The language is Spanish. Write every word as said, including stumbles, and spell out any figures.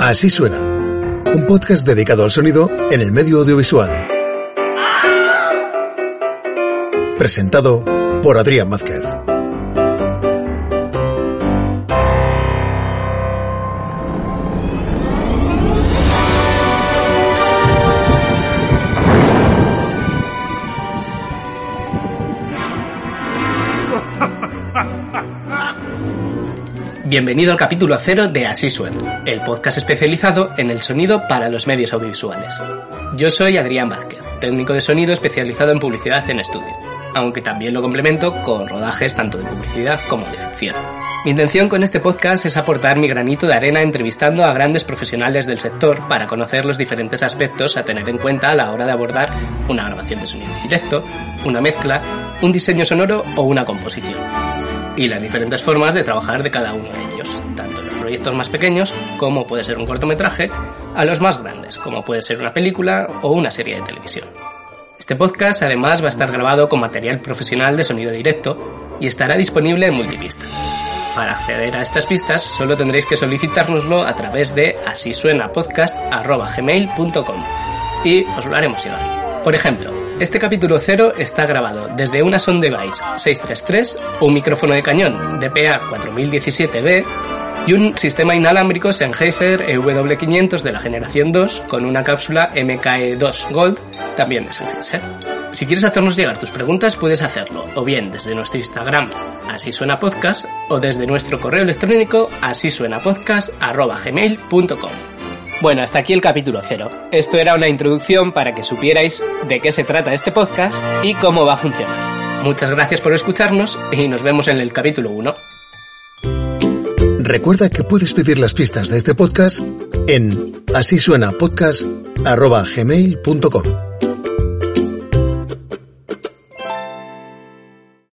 Así suena, un podcast dedicado al sonido en el medio audiovisual. Presentado por Adrián Vázquez. Bienvenido al capítulo cero de Así suena, el podcast especializado en el sonido para los medios audiovisuales. Yo soy Adrián Vázquez, técnico de sonido especializado en publicidad en estudio, aunque también lo complemento con rodajes tanto de publicidad como de ficción. Mi intención con este podcast es aportar mi granito de arena entrevistando a grandes profesionales del sector para conocer los diferentes aspectos a tener en cuenta a la hora de abordar una grabación de sonido en directo, una mezcla, un diseño sonoro o una composición. Y las diferentes formas de trabajar de cada uno de ellos, tanto en los proyectos más pequeños, como puede ser un cortometraje, a los más grandes, como puede ser una película o una serie de televisión. Este podcast además va a estar grabado con material profesional de sonido directo y estará disponible en multipista. Para acceder a estas pistas solo tendréis que solicitárnoslo a través de asisuenapodcast arroba gmail punto com y os lo haremos llegar. Por ejemplo, este capítulo cero está grabado desde una Sound Device seiscientos treinta y tres, un micrófono de cañón D P A cuatro mil diecisiete B y un sistema inalámbrico Sennheiser E W quinientos de la generación dos con una cápsula M K E dos Gold, también de Sennheiser. Si quieres hacernos llegar tus preguntas puedes hacerlo o bien desde nuestro Instagram Así Suena Podcast o desde nuestro correo electrónico asisuenapodcast arroba gmail punto com. Bueno, hasta aquí el capítulo cero. Esto era una introducción para que supierais de qué se trata este podcast y cómo va a funcionar. Muchas gracias por escucharnos y nos vemos en el capítulo uno. Recuerda que puedes pedir las pistas de este podcast en asisuenapodcast arroba gmail punto com.